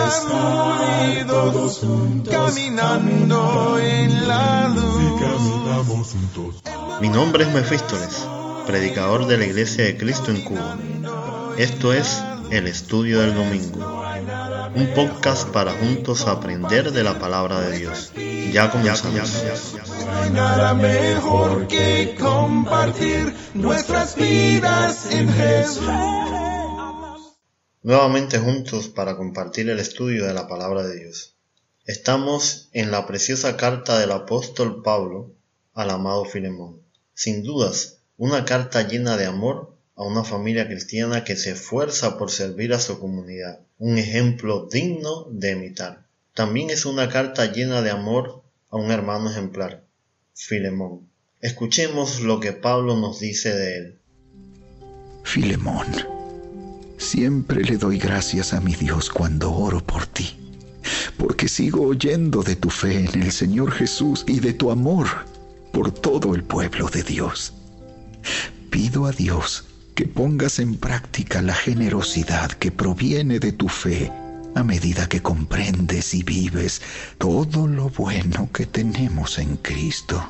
estar todos juntos, caminando en la luz. Mi nombre es Mefístoles, predicador de la Iglesia de Cristo en Cuba. Esto es El Estudio del Domingo, un podcast para juntos aprender de la palabra de Dios. Ya comenzamos. No hay nada mejor que compartir nuestras vidas en Jesús. Nuevamente juntos para compartir el estudio de la palabra de Dios. Estamos en la preciosa carta del apóstol Pablo al amado Filemón. Sin dudas, una carta llena de amor a una familia cristiana que se esfuerza por servir a su comunidad. Un ejemplo digno de imitar. También es una carta llena de amor a un hermano ejemplar, Filemón. Escuchemos lo que Pablo nos dice de él. Filemón, siempre le doy gracias a mi Dios cuando oro por ti, porque sigo oyendo de tu fe en el Señor Jesús y de tu amor por todo el pueblo de Dios. Pido a Dios que pongas en práctica la generosidad que proviene de tu fe a medida que comprendes y vives todo lo bueno que tenemos en Cristo.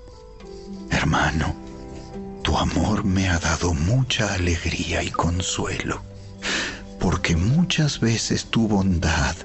Hermano, tu amor me ha dado mucha alegría y consuelo, porque muchas veces tu bondad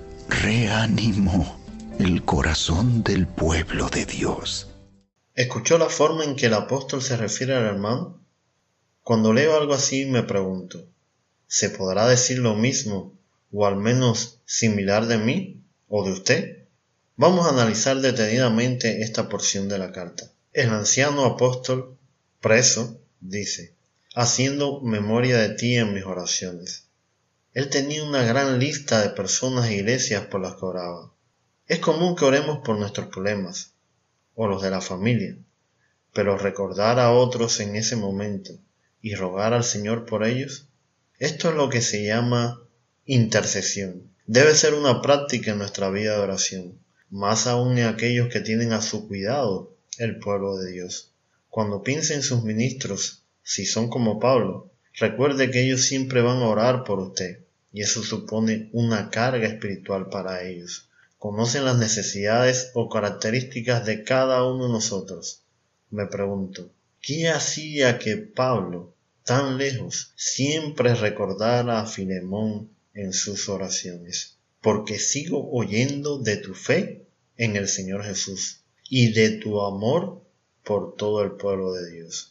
reanimó el corazón del pueblo de Dios. ¿Escuchó la forma en que el apóstol se refiere al hermano? Cuando leo algo así me pregunto, ¿se podrá decir lo mismo o al menos similar de mí o de usted? Vamos a analizar detenidamente esta porción de la carta. El anciano apóstol, preso, dice, haciendo memoria de ti en mis oraciones. Él tenía una gran lista de personas e iglesias por las que oraba. Es común que oremos por nuestros problemas, o los de la familia, pero recordar a otros en ese momento y rogar al Señor por ellos, esto es lo que se llama intercesión. Debe ser una práctica en nuestra vida de oración, más aún en aquellos que tienen a su cuidado el pueblo de Dios. Cuando piense en sus ministros, si son como Pablo, recuerde que ellos siempre van a orar por usted, y eso supone una carga espiritual para ellos. Conocen las necesidades o características de cada uno de nosotros. Me pregunto, ¿qué hacía que Pablo, tan lejos, siempre recordara a Filemón en sus oraciones? Porque sigo oyendo de tu fe en el Señor Jesús y de tu amor por todo el pueblo de Dios.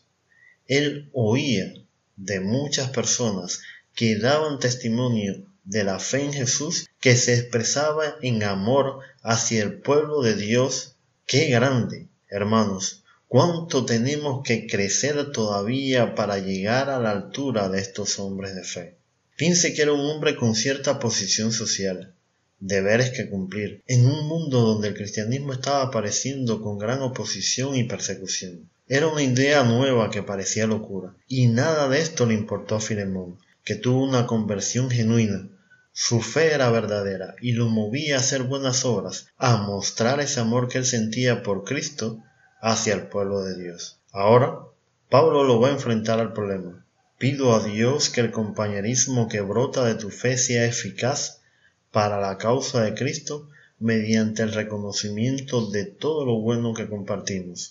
Él oía de muchas personas que daban testimonio de la fe en Jesús, que se expresaba en amor hacia el pueblo de Dios. ¡Qué grande! Hermanos, ¿cuánto tenemos que crecer todavía para llegar a la altura de estos hombres de fe? Piense que era un hombre con cierta posición social, deberes que cumplir, en un mundo donde el cristianismo estaba apareciendo con gran oposición y persecución. Era una idea nueva que parecía locura, y nada de esto le importó a Filemón, que tuvo una conversión genuina. Su fe era verdadera y lo movía a hacer buenas obras, a mostrar ese amor que él sentía por Cristo hacia el pueblo de Dios. Ahora, Pablo lo va a enfrentar al problema. Pido a Dios que el compañerismo que brota de tu fe sea eficaz para la causa de Cristo mediante el reconocimiento de todo lo bueno que compartimos.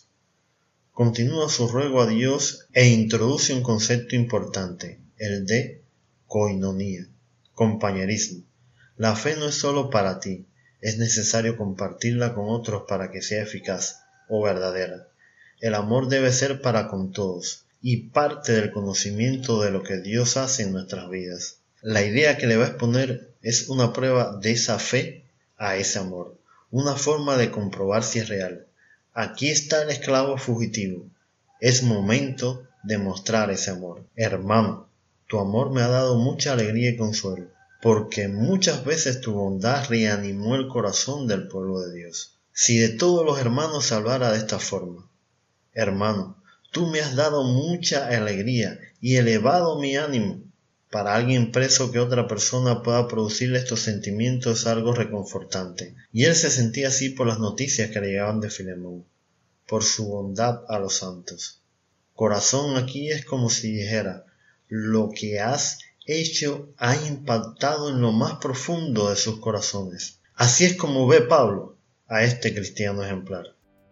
Continúa su ruego a Dios e introduce un concepto importante, el de koinonía, compañerismo. La fe no es solo para ti, es necesario compartirla con otros para que sea eficaz o verdadera. El amor debe ser para con todos y parte del conocimiento de lo que Dios hace en nuestras vidas. La idea que le va a exponer es una prueba de esa fe a ese amor, una forma de comprobar si es real. Aquí está el esclavo fugitivo. Es momento de mostrar ese amor. Hermano, tu amor me ha dado mucha alegría y consuelo, porque muchas veces tu bondad reanimó el corazón del pueblo de Dios. Si de todos los hermanos se hablara de esta forma, hermano, tú me has dado mucha alegría y elevado mi ánimo. Para alguien preso que otra persona pueda producirle estos sentimientos es algo reconfortante. Y él se sentía así por las noticias que le llegaban de Filemón, por su bondad a los santos. Corazón aquí es como si dijera, lo que has hecho ha impactado en lo más profundo de sus corazones. Así es como ve Pablo a este cristiano ejemplar.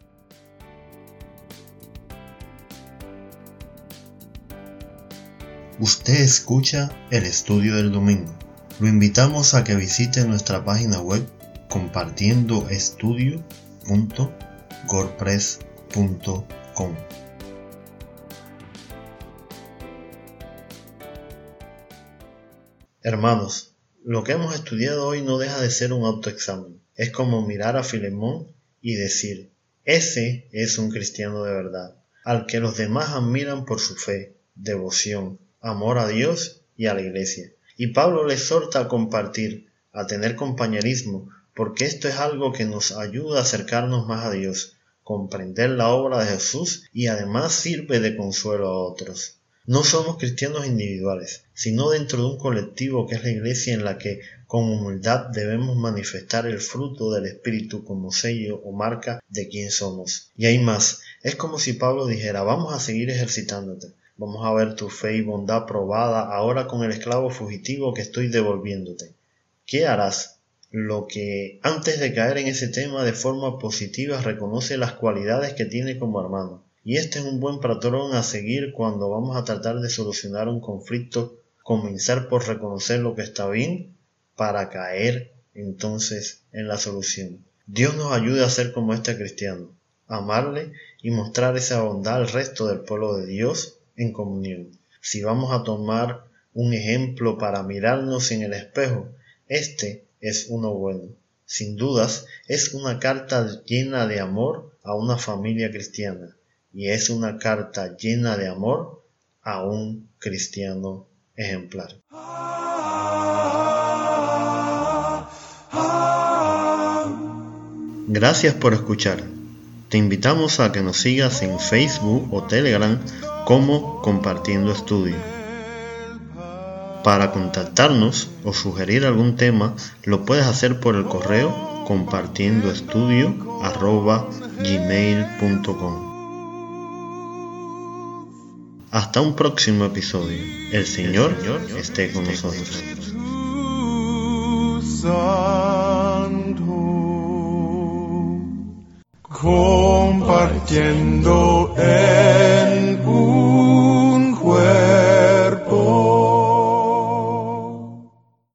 Usted escucha el estudio del domingo. Lo invitamos a que visite nuestra página web compartiendoestudio.wordpress.com. Hermanos, lo que hemos estudiado hoy no deja de ser un autoexamen. Es como mirar a Filemón y decir, ese es un cristiano de verdad, al que los demás admiran por su fe, devoción, amor a Dios y a la iglesia. Y Pablo le exhorta a compartir, a tener compañerismo, porque esto es algo que nos ayuda a acercarnos más a Dios, comprender la obra de Jesús y además sirve de consuelo a otros. No somos cristianos individuales, sino dentro de un colectivo que es la iglesia en la que con humildad debemos manifestar el fruto del Espíritu como sello o marca de quién somos. Y hay más, es como si Pablo dijera, vamos a seguir ejercitándote, vamos a ver tu fe y bondad probada ahora con el esclavo fugitivo que estoy devolviéndote. ¿Qué harás? Lo que antes de caer en ese tema de forma positiva reconoce las cualidades que tiene como hermano. Y este es un buen patrón a seguir cuando vamos a tratar de solucionar un conflicto, comenzar por reconocer lo que está bien para caer entonces en la solución. Dios nos ayude a ser como este cristiano, amarle y mostrar esa bondad al resto del pueblo de Dios en comunión. Si vamos a tomar un ejemplo para mirarnos en el espejo, este es uno bueno. Sin dudas, es una carta llena de amor a una familia cristiana. Y es una carta llena de amor a un cristiano ejemplar. Gracias por escuchar. Te invitamos a que nos sigas en Facebook o Telegram como Compartiendo Estudio. Para contactarnos o sugerir algún tema, lo puedes hacer por el correo compartiendoestudio@gmail.com. Hasta un próximo episodio. El Señor esté con nosotros. Compartiendo